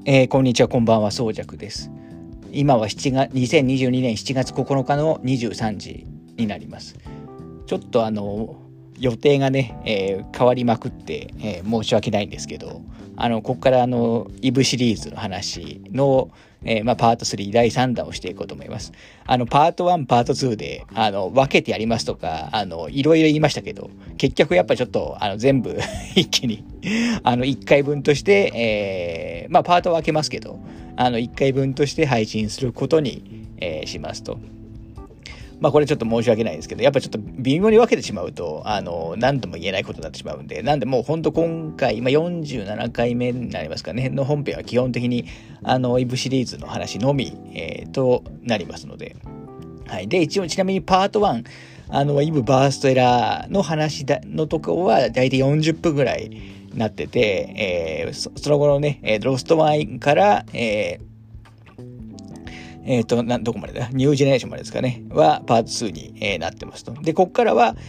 こんにちは、こんばんは、そうじゃくです。今は2022年7月9日の23時になります。ちょっと予定がね、変わりまくって、申し訳ないんですけど、ここからイブシリーズの話の、パート3第3弾をしていこうと思います。パート1、パート2で分けてやりますとかいろいろ言いましたけど、結局やっぱちょっと全部一気に1回分として、パートは分けますけど1回分として配信することに、しますと。これちょっと申し訳ないですけど、やっぱちょっと微妙に分けてしまうと、何とも言えないことになってしまうんで、なんでもうほんと今回、47回目になりますかね、の本編は基本的に、イブシリーズの話のみ、となりますので。はい。で、一応ちなみにパート1、イブバーストエラーの話のとこは、だいたい40分ぐらいなってて、その後のね、ロストワインから、どこまでだニュージェネレーションまでですかねはパート2に、なってますと。で、こっからは、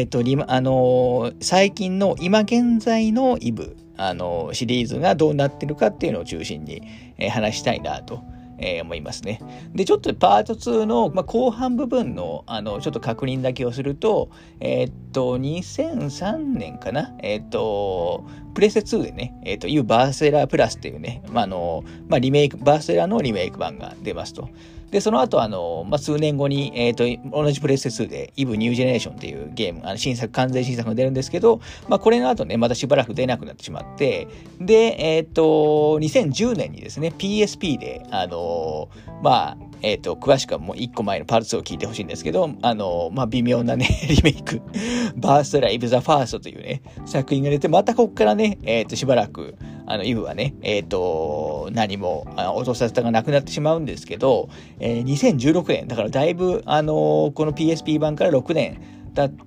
最近の今現在のイブ、シリーズがどうなってるかっていうのを中心に、話したいなと。思いますね。で、ちょっとパート2の、後半部分の、ちょっと確認だけをすると、2003年かなプレステ2でね、いうバーステラープラスっていうね、リメイク、バーステラーのリメイク版が出ますと。で、その後、数年後に、同じプレステ2で、イブニュージェネレーションっていうゲーム、完全新作が出るんですけど、これの後ね、またしばらく出なくなってしまって、で、2010年にですね、PSP で、詳しくはもう1個前のパート2を聞いてほしいんですけど、微妙なね、リメイク、バーストライブ・ザ・ファーストというね、作品が出て、またここからね、しばらく、イブはね、何も音沙汰がなくなってしまうんですけど、2016年、だからだいぶ、この PSP 版から6年経って、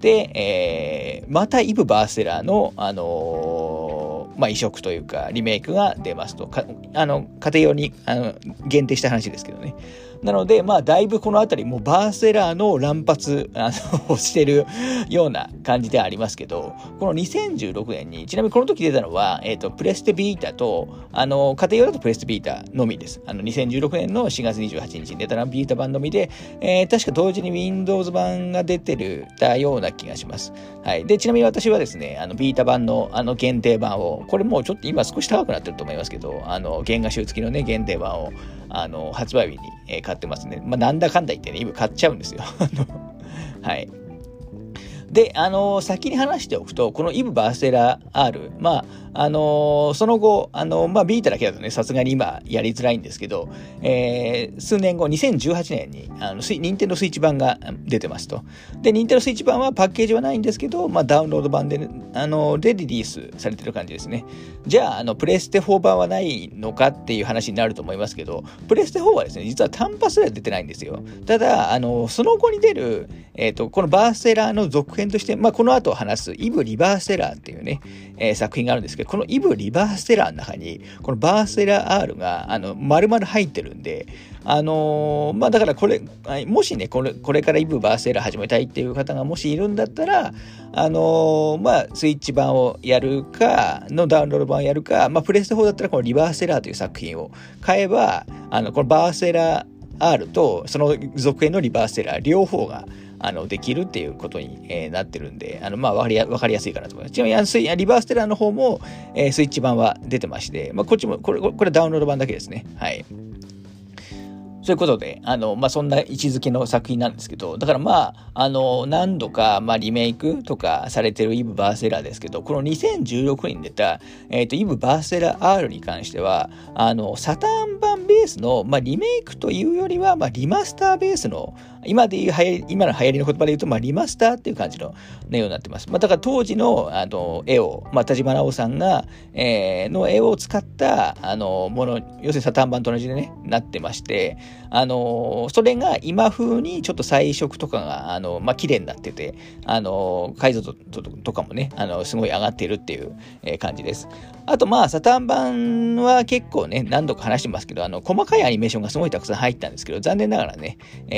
またイブ・バーステラーの、移植というか、リメイクが出ますと。家庭用に限定した話ですけどね。なので、だいぶこのあたり、もうバーステラーの乱発、してるような感じではありますけど、この2016年に、ちなみにこの時出たのは、プレステビータと、家庭用だとプレステビータのみです。2016年の4月28日に出たのはビータ版のみで、確か同時に Windows 版が出てたような気がします。はい。で、ちなみに私はですね、ビータ版の限定版を、これもうちょっと今少し高くなってると思いますけど、原画集付きのね、限定版を、発売日に、買ってますね。なんだかんだ言ってね、今買っちゃうんですよ。はい。で、先に話しておくと、このイブ・バーステラー R、その後、ビータだけだとね、さすがに今やりづらいんですけど、数年後、2018年に、ニンテンドースイッチ版が出てますと。で、ニンテンドースイッチ版はパッケージはないんですけど、ダウンロード版で、でリリースされてる感じですね。じゃあ、プレステ4版はないのかっていう話になると思いますけど、プレステ4はですね、実は単発では出てないんですよ。ただ、その後に出る、このバーステラーの続編として、この後話すイブ・リバーステラーっていうね、作品があるんですけど、このイブ・リバーステラーの中に、このバーステラー R が、丸々入ってるんで、だからこれ、もしね、これからイブ・バーステラー始めたいっていう方がもしいるんだったら、スイッチ版をやるか、のダウンロード版をやるか、プレステ4だったらこのリバーステラーという作品を買えば、このバーステラー R とその続編のリバーステラー両方ができるっていうことに、なってるんで、わかりやすいかなと思います。ちなみにリバーステラーの方も、スイッチ版は出てまして、こっちも、これダウンロード版だけですね。はい。そういうことで、そんな位置づけの作品なんですけど、だから何度か、リメイクとかされてるイブ・バーステラーですけど、この2016年に出た、イブ・バーステラー R に関しては、サターン版ベースの、リメイクというよりは、リマスターベースの、今の流行りの言葉で言うと、リマスターっていう感じのようになってます。だから当時の、絵を、田島直さんが、の絵を使った、もの、要するにサターン版と同じでね、なってまして、それが今風にちょっと彩色とかが、綺麗になってて、解像度とかもね、すごい上がっているっていう、感じです。あと、サターン版は結構ね、何度か話してますけど、細かいアニメーションがすごいたくさん入ったんですけど、残念ながらね、そ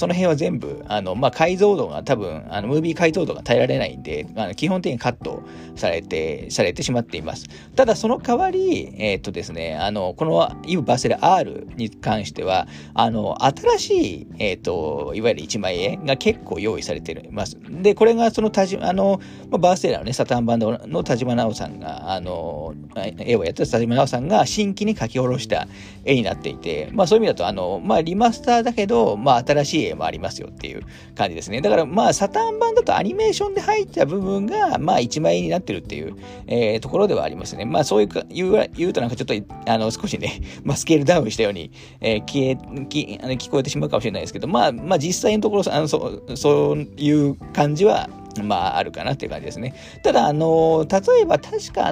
その辺は全部、解像度が多分、ムービー解像度が耐えられないんで、基本的にカットされてしまっています。ただ、その代わり、ですね、このイブ・バーセラ R に関しては、新しい、いわゆる1枚絵が結構用意されています。で、これがそのバーセラのね、サタンバンドの田島直さんが、絵をやってた田島直さんが新規に描き下ろした絵になっていて、そういう意味だと、リマスターだけど、新しい絵もありますよっていう感じですね。だから、サタン版だとアニメーションで入った部分が、一枚絵になってるっていう、ところではありますね。そういうか、言うとなんかちょっと、少しね、スケールダウンしたように、聞こえてしまうかもしれないですけど、実際のところ、そういう感じは、あるかなっていう感じですね。ただ、例えば、確か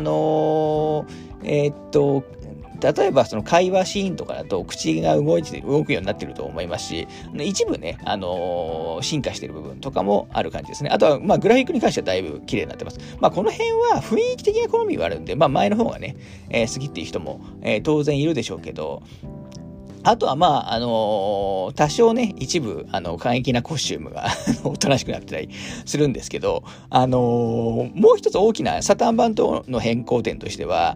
例えばその会話シーンとかだと口が動くようになってると思いますし、一部ね、進化している部分とかもある感じですね。あとは、グラフィックに関してはだいぶ綺麗になってます。この辺は雰囲気的な好みはあるんで、前の方がね、好きっていう人も、当然いるでしょうけど、あとは多少ね、一部、簡易なコスチュームがおとなしくなってたりするんですけど、もう一つ大きなサタン版との変更点としては、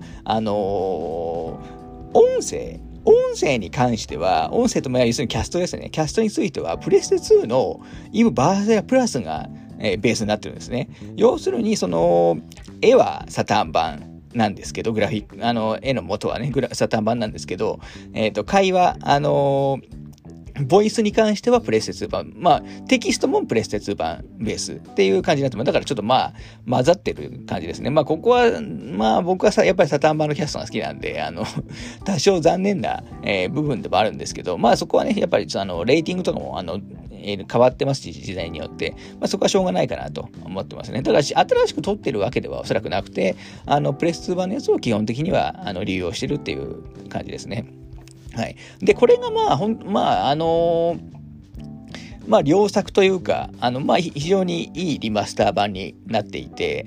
音声に関しては、音声と要するにキャストですね。キャストについては、プレステ2のイブ・バーセラプラスが、ベースになってるんですね。要するに、絵はサタン版なんですけど、グラフィック、絵の元はね、サタン版なんですけど、会話、ボイスに関してはプレステ2版。テキストもプレステ2版ベースっていう感じになってます。だからちょっと混ざってる感じですね。ここは、僕はやっぱりサタン版のキャストが好きなんで、多少残念な、部分でもあるんですけど、そこはね、やっぱりレーティングとかも、変わってますし、時代によって。そこはしょうがないかなと思ってますね。ただし、新しく撮ってるわけではおそらくなくて、プレス2版のやつを基本的には、利用してるっていう感じですね。はい。で、これが良作というか、非常にいいリマスター版になっていて、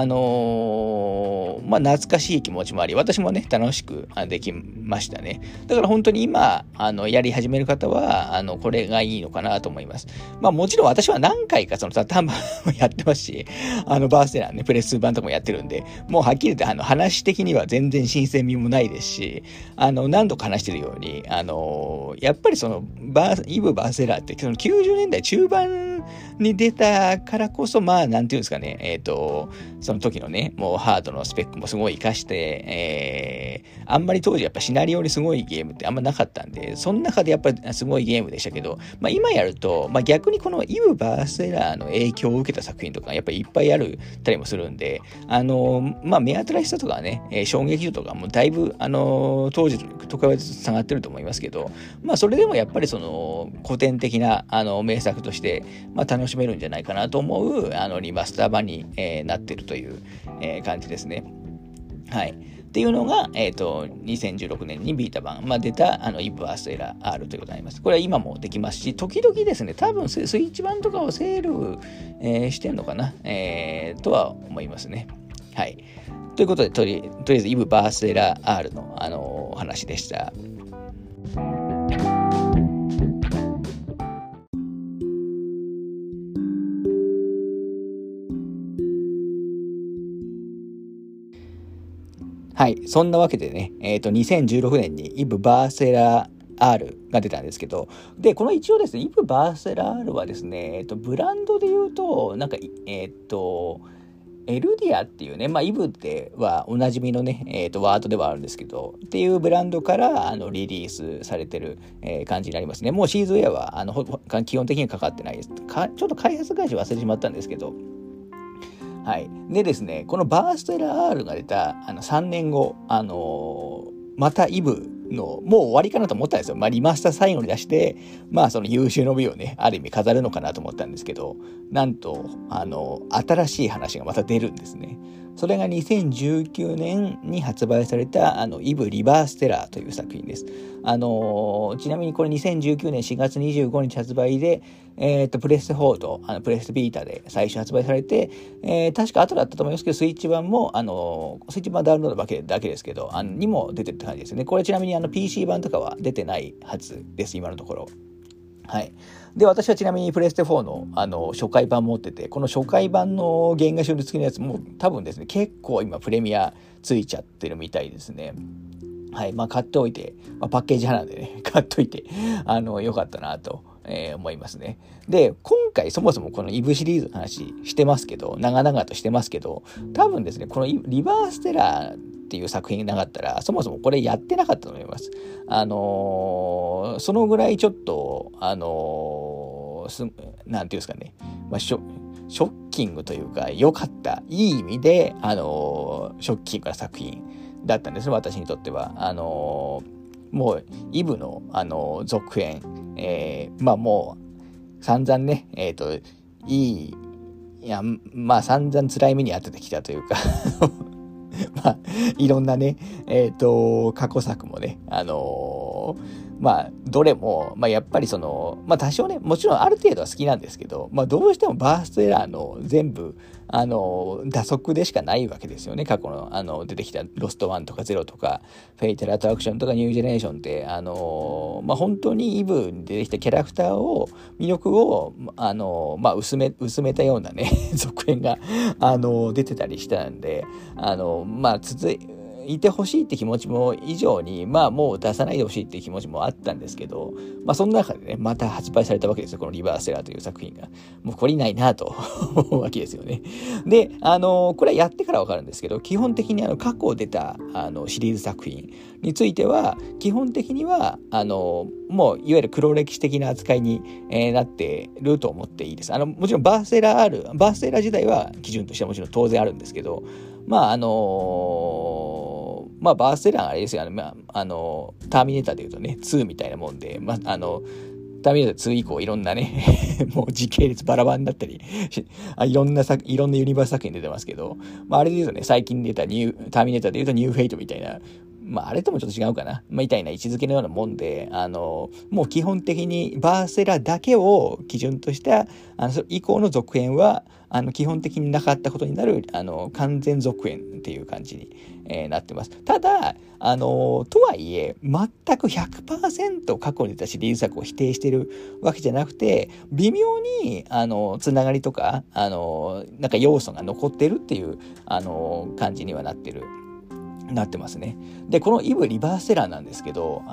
懐かしい気持ちもあり、私もね、楽しくできましたね。だから本当に今、やり始める方は、これがいいのかなと思います。もちろん私は何回かサタン版もやってますし、バーセラーね、プレス2版とかもやってるんで、もうはっきり言って、話的には全然新鮮味もないですし、何度か話してるように、やっぱりイブ・バーセラーって、90年代中盤に出たからこそ、なんていうんですかね、その時のね、もうハードのスペックもすごい活かして、あんまり当時やっぱシナリオにすごいゲームってあんまなかったんで、その中でやっぱりすごいゲームでしたけど、今やると、逆にこのイブ・バーセラーの影響を受けた作品とかやっぱりいっぱいあるたりもするんで、目新しさとかね、衝撃度とかもだいぶ、当時と比べて下がってると思いますけど、それでもやっぱり古典的な、名作として、楽しめるんじゃないかなと思う、リマスター版に、なってるという、感じですね。はい。っていうのが、2016年にビータ版、出た、イブ・バーセラ R ということになります。これは今もできますし、時々ですね、多分スイッチ版とかをセール、してんのかな、とは思いますね。はい。ということで、とりあえずイブ・バーセラ R の、話でした。はい。そんなわけでね、2016年にイブ・バーセラ R が出たんですけど、で、この一応ですね、イブ・バーセラ R はですね、ブランドで言うと、なんか、エルディアっていうね、イブではおなじみのね、ワードではあるんですけど、っていうブランドからリリースされてる、感じになりますね。もうシーズンウェアは基本的にはかかってないです。ちょっと開発会社忘れてしまったんですけど、はい。でですね、このバーステラ R が出た3年後、またイブの、もう終わりかなと思ったんですよ。リマスター最後に出して、その優秀の美をね、ある意味飾るのかなと思ったんですけど、なんと、新しい話がまた出るんですね。それが2019年に発売されたイブ・リバーステラーという作品です。ちなみにこれ2019年4月25日発売で、プレステ4とプレステビータで最初発売されて、確か後だったと思いますけど、スイッチ版もスイッチ版ダウンロードだけですけど、にも出てるって感じですね。これちなみにPC 版とかは出てないはずです、今のところ。はい。 で、私はちなみにプレステ4の、初回版持ってて、この初回版の原画処理付きのやつも多分ですね、結構今プレミアついちゃってるみたいですね。はい。まあ、買っておいて、まあ、パッケージ派なんでね、買っといて、よかったなと、思いますね。で、今回そもそもこのイブシリーズの話してますけど、長々としてますけど、多分ですね、このリバーステラーっていう作品がなかったら、そもそもこれやってなかったと思います。そのぐらいちょっと、なんていうんですかね、まあ、ショッキングというか、良かった、いい意味で、ショッキングな作品だったんですね、私にとっては。もう、イブの、続編、まあもう、散々ね、まあ散々辛い目に遭ってきたというか、まあ、いろんなね、過去作もね、まあ、どれも、まあ、やっぱりまあ、多少ね、もちろんある程度は好きなんですけど、まあ、どうしてもバーストエラーの全部、打足でしかないわけですよね。過去の、出てきたロスト1とか0とか、フェイタルアトラクションとかニュージェネレーションって、まあ、本当にイブに出てきたキャラクター魅力を、まあ、薄めたようなね、続編が、出てたりしたんで、まあ、いてほしいって気持ちも以上に、まあもう出さないでほしいっていう気持ちもあったんですけど、まあその中でね、また発売されたわけですよ、このリバーステラーという作品が。もうこれないなと思うわけですよね。で、これはやってからわかるんですけど、基本的に過去出たシリーズ作品については、基本的には、もういわゆる黒歴史的な扱いに、なってると思っていいです。もちろんバーステラー時代は基準としてはもちろん当然あるんですけど、まあまあバーステラーあれですよ、まあ、ターミネーターでいうとね2みたいなもんで、まあターミネーター2以降いろんなねもう時系列バラバラになったりいろんなユニバース作品出てますけど、まああれで言うとね最近出たターミネーターでいうとニューフェイトみたいな、まああれともちょっと違うかな、みたいな位置づけのようなもんで、もう基本的にバーステラーだけを基準とした以降の続編は基本的になかったことになる完全続編っていう感じに、なってます。ただとはいえ全く 100% 過去に出たシリーズ作を否定してるわけじゃなくて、微妙につながりとかなんか要素が残ってるっていう感じにはなってますね。でこのイブリバーステラーなんですけど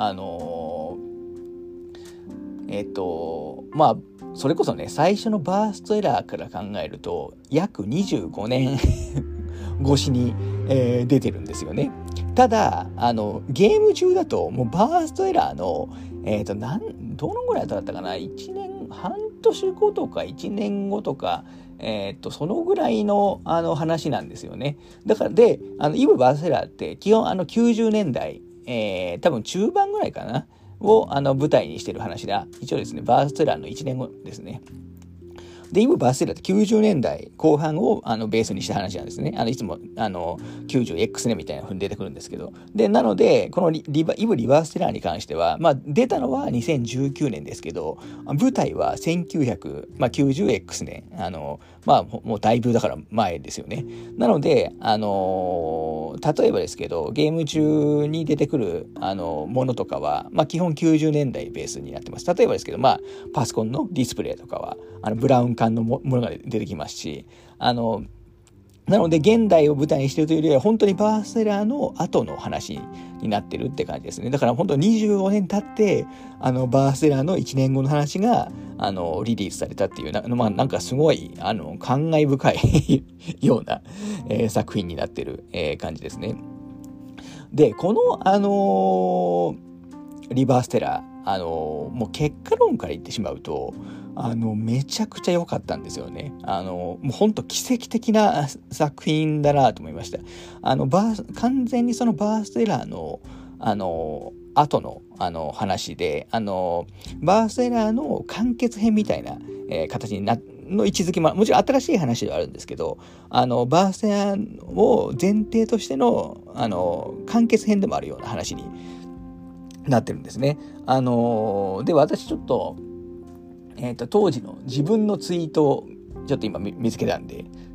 まあそれこそね最初のバーストエラーから考えると約25年越しに、出てるんですよね。ただゲーム中だともうバーストエラーのどのぐらいだったかな、半年後とか1年後とかそのぐらいの話なんですよね。だからでイブ・バーストエラーって基本90年代、多分中盤ぐらいかなを舞台にしてる話だ。一応ですねバーストエラーの1年後ですね。で、イブ・バーステラーって90年代後半をベースにした話なんですね。いつも90X 年みたいな風に出てくるんですけど。で、なので、このイブ・リバーステラーに関しては、まあ、出たのは2019年ですけど、舞台は1990X 年。まあ、もうだいぶだから前ですよね。なので、例えばですけど、ゲーム中に出てくるものとかは、まあ、基本90年代ベースになってます。例えばですけど、まあ、パソコンのディスプレイとかは、ブラウン管のものが出てきますし、なので現代を舞台にしているというよりは本当にバーステラーの後の話になってるって感じですね。だから本当に25年経ってバーステラーの1年後の話がリリースされたっていうまあ、なんかすごい感慨深いような、作品になってる、感じですね。でこのリバーステラーもう結果論から言ってしまうとめちゃくちゃ良かったんですよね。もう本当奇跡的な作品だなと思いました。完全にそのバーステラーの後の話でバーステラーの完結編みたいな、形の位置づけももちろん新しい話ではあるんですけどバーステラーを前提としての完結編でもあるような話になってるんですね。で私ちょっと当時の自分のツイートをちょっと今見つけたんで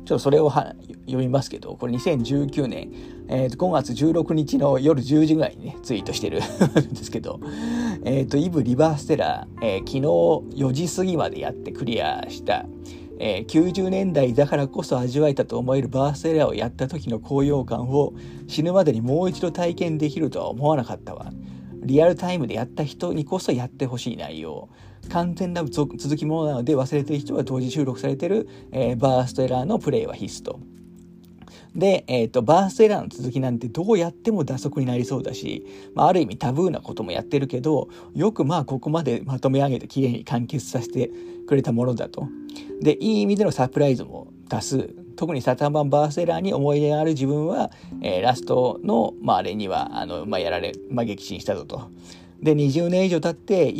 ちょっとそれを読みますけど、これ2019年、5月16日の夜10時ぐらいにね、ツイートしてるんですけど、イブリバーステラー、昨日4時過ぎまでやってクリアした、90年代だからこそ味わえたと思えるバーステラーをやった時の高揚感を死ぬまでにもう一度体験できるとは思わなかったわ。リアルタイムでやった人にこそやってほしい内容。完全な続きものなので忘れてる人は同時収録されている、バーステラーのプレイは必須と。で、バーステラーの続きなんてどうやっても打足になりそうだし、ある意味タブーなこともやってるけど、よくここまでまとめ上げてきれいに完結させてくれたものだと。で、いい意味でのサプライズも多数。特にサタン版バーステラーに思い入れがある自分は、ラストの、あれには、撃沈したぞと。で、20年以上経って、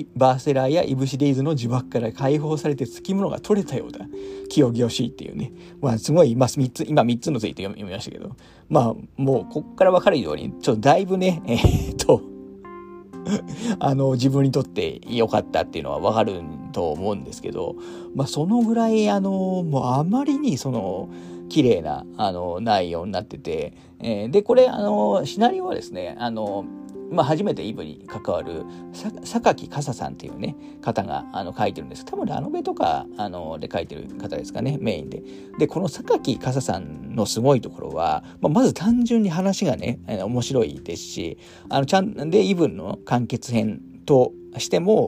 バーステラーやイブシリーズの呪縛から解放されて付き物が取れたようだ。清々しいっていうね。すごい、今3つのツイート読みましたけど、もう、こっから分かるように、ちょっとだいぶね、自分にとって良かったっていうのは分かると思うんですけど、そのぐらい、もうあまりに綺麗な、内容になってて、で、これ、シナリオはですね、初めてイブに関わる榊かささんっていうね方が書いてるんです。多分ラノベとかで書いてる方ですかね、メインで。で、この榊かささんのすごいところは、まず単純に話がね面白いですし、ちゃんでイブの完結編としても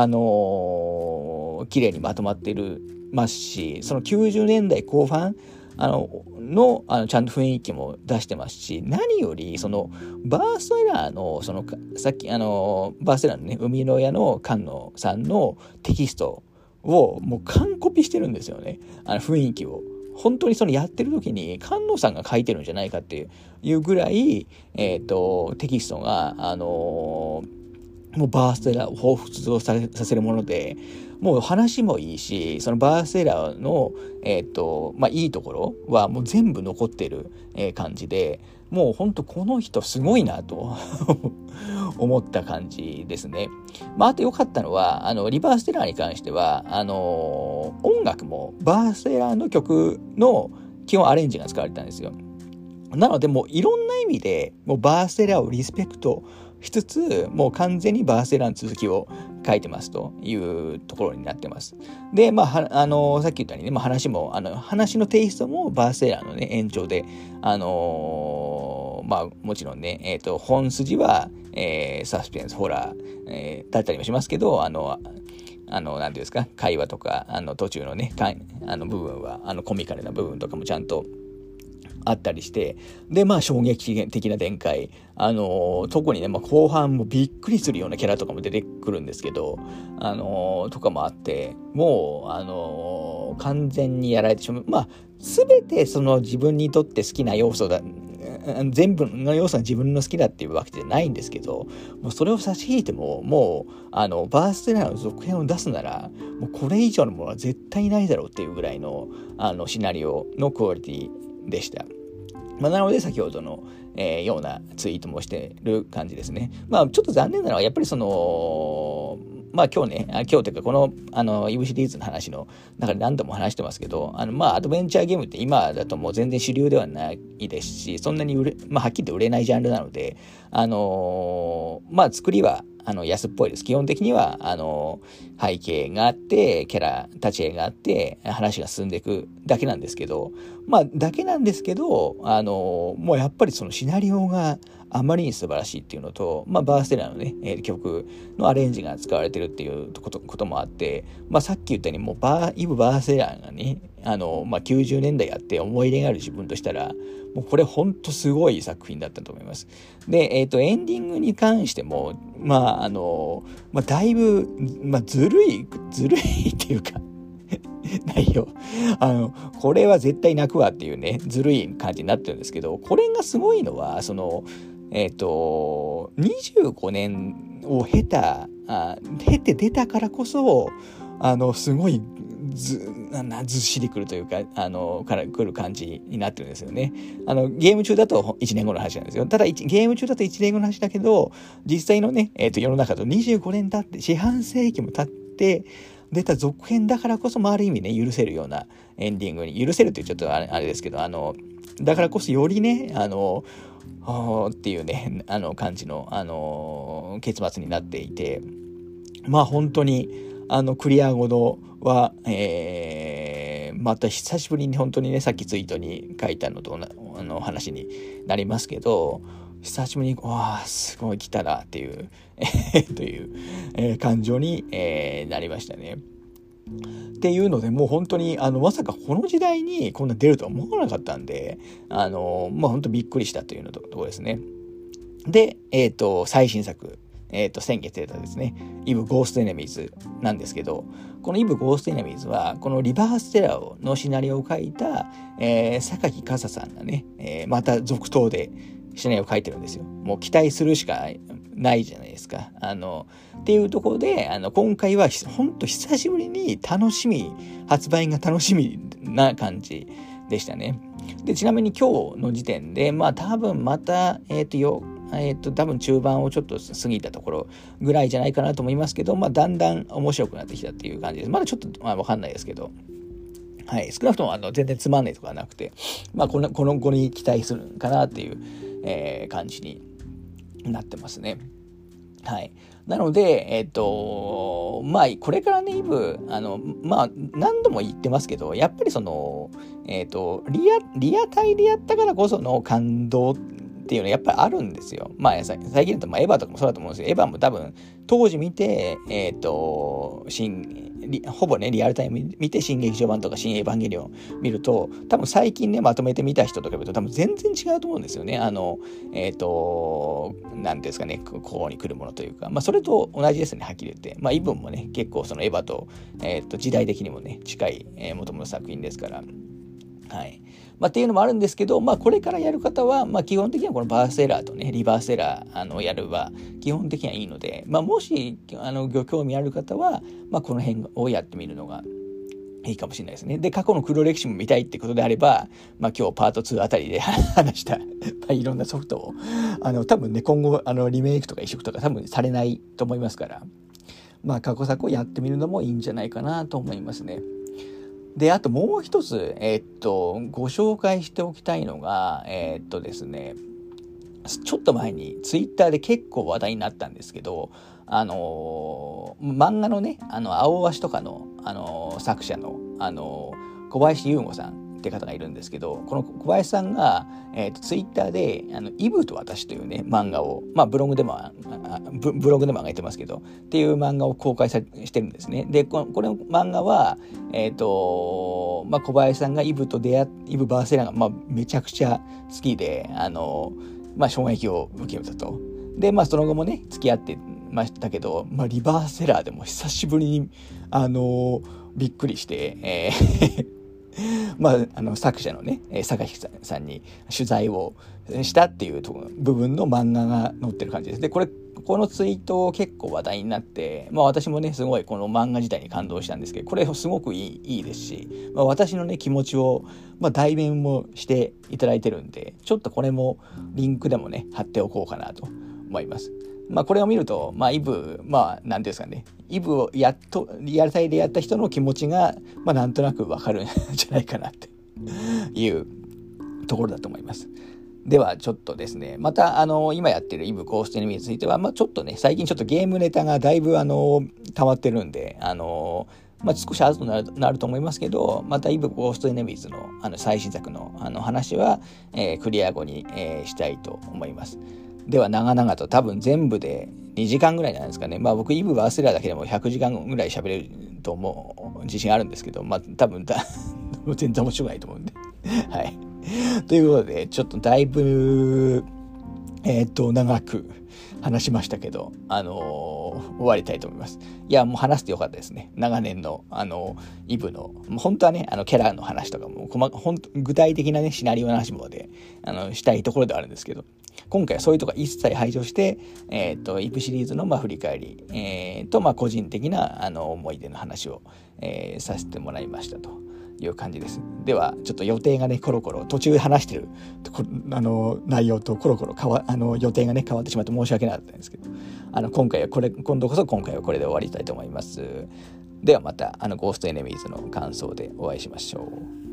綺麗にまとまってますし、その90年代後半ちゃんと雰囲気も出してますし、何よりバーステラーのさっきバーステラーのね生みの親の菅野さんのテキストをもう完コピしてるんですよね。雰囲気を本当にやってる時に菅野さんが書いてるんじゃないかっていうぐらいテキストがもうバーステラーを彷彿とさせるもので、もう話もいいし、そのバーステラーのいいところはもう全部残ってる感じで、もう本当この人すごいなと思った感じですね。あと良かったのはリバーステラーに関しては音楽もバーステラーの曲の基本アレンジが使われたんですよ。なのでもういろんな意味でもうバーステラーをリスペクトしつつ、もう完全にバーステラーの続きを書いてますというところになってます。で、さっき言ったようにね、話のテイストもバーステラーのね、延長で、もちろんね、本筋は、サスペンス、ホラー、だったりもしますけど、なんていうんですか、会話とか、途中のね、部分は、コミカルな部分とかもちゃんと、あったりして、で、衝撃的な展開。特にね、後半もびっくりするようなキャラとかも出てくるんですけど、とかもあって、もう、完全にやられてしまう。すべて自分にとって好きな要素だ、全部の要素が自分の好きだっていうわけじゃないんですけど、もうそれを差し引いても、もう、バーステラーの続編を出すなら、もうこれ以上のものは絶対ないだろうっていうぐらいの、シナリオのクオリティでした。なので先ほどの、ようなツイートもしてる感じですね。ちょっと残念なのはやっぱり今日ね、今日というかこのイブシリーズの話の中で何度も話してますけど、アドベンチャーゲームって今だともう全然主流ではないですし、そんなにはっきり言って売れないジャンルなので、作りは安っぽいです。基本的には背景があってキャラ立ち絵があって話が進んでいくだけなんですけど、もうやっぱりそのシナリオがあまりに素晴らしいっていうのと、バーステラーのね、曲のアレンジが使われてるっていうこともあって、さっき言ったようにもうイブ・バーステラーがね、90年代やって思い入れがある自分としたら、もうこれほんとすごい作品だったと思います。で、エンディングに関しても、だいぶ、ずるいっていうか、内容。これは絶対泣くわっていうね、ずるい感じになってるんですけど、これがすごいのは、25年を経て出たからこそ、すごいずっしりくるというか、からくる感じになってるんですよね。ゲーム中だと1年後の話なんですよ。ただ、ゲーム中だと1年後の話だけど、実際のね、世の中と25年経って、四半世紀も経って、 出た続編だからこそ、ある意味ね、許せるようなエンディングに、許せるってちょっとあれですけど、だからこそよりね、っていうね、感じの、結末になっていて、本当に、クリア後のは、また久しぶりに本当にね、さっきツイートに書いたのと話になりますけど、久しぶりに、すごい来たなっていうという、感情に、なりましたね。っていうので、もう本当にまさかこの時代にこんな出るとは思わなかったんで、本当びっくりしたというところですね。で、最新作、先月出たですね、イブ・ゴースト・エネミーズなんですけど、このイブ・ゴースト・エネミーズはこのリバーステラーのシナリオを書いた、榊かささんがね、また続投でシナリオを書いてるんですよ。もう期待するしかないじゃないですか。っていうところで、今回は本当久しぶりに発売が楽しみな感じでしたね。で、ちなみに今日の時点で、多分また、多分中盤をちょっと過ぎたところぐらいじゃないかなと思いますけど、だんだん面白くなってきたっていう感じです。まだちょっとわかんないですけど、はい、少なくとも全然つまんないとかはなくて、この後に期待するかなっていう、感じになってますね。はい。なので、これからね、イブ、何度も言ってますけど、やっぱりリアタイでやったからこその感動っていうのはやっぱりあるんですよ。最近だとエヴァとかもそうだと思うんですけど、エヴァも多分当時見て、ほぼねリアルタイム見て新劇場版とか新エヴァンゲリオン見ると、多分最近ねまとめて見た人とか見ると多分全然違うと思うんですよね。なんていうんですかね、ここに来るものというか、それと同じですね、はっきり言って。イブンもね結構そのエヴァと、時代的にもね近い元々の作品ですから、はい。っていうのもあるんですけど、これからやる方は、基本的にはこのバースエラーとね、リバースエラーやるは基本的にはいいので、もしご興味ある方は、この辺をやってみるのがいいかもしれないですね。で、過去の黒歴史も見たいってことであれば、今日パート2あたりで話したいろんなソフトを多分ね今後リメイクとか移植とか多分されないと思いますから、過去作をやってみるのもいいんじゃないかなと思いますね。で、あともう一つ、ご紹介しておきたいのが、ですね、ちょっと前にツイッターで結構話題になったんですけど、漫画のね、青鷲とかの、作者の、小林優吾さんって方がいるんですけど、この小林さんが、ツイッターで、イブと私というね、漫画を、ブログでも上げてますけど、っていう漫画を公開してるんですね。で、この漫画は、小林さんがイブバーセラが、めちゃくちゃ好きで、衝撃を受けたと。で、その後もね、付き合ってましたけど、リバーセラーでも久しぶりに、びっくりして、作者のね、榊さんに取材をしたっていう部分の漫画が載ってる感じです。で、このツイート結構話題になって、私もね、すごいこの漫画自体に感動したんですけど、これすごくいいですし、私のね、気持ちを、代弁もしていただいてるんで、ちょっとこれもリンクでもね、貼っておこうかなと思います。これを見ると、イブ、なんていうんですかね、イブをやっとリアルタイでやった人の気持ちが、なんとなくわかるんじゃないかなっていうところだと思います。ではちょっとですね、また今やってるイブゴーストエネミーについては、ちょっとね、最近ちょっとゲームネタがだいぶ溜まってるんで、少し後となると思いますけど、またイブゴーストエネミーズの最新作の話は、クリア後に、したいと思います。では長々と多分全部で2時間ぐらいなんですかね。僕イブバースラーだけでも100時間ぐらい喋れると思う自信あるんですけど、多分全然面白くないと思うんではい。ということでちょっとだいぶ長く話しましたけど、終わりたいと思います。いや、もう話してよかったですね。長年のイブの本当はねキャラの話とかも具体的なねシナリオの話までしたいところではあるんですけど、今回はそういうところ一切排除して、イブシリーズの振り返り、と個人的な思い出の話を、させてもらいましたという感じです。ではちょっと予定がねコロコロ途中で話してる内容とコロコロ予定がね変わってしまって申し訳なかったんですけど、今度こそ今回はこれで終わりたいと思います。 ではまたゴーストエネミーズの感想でお会いしましょう。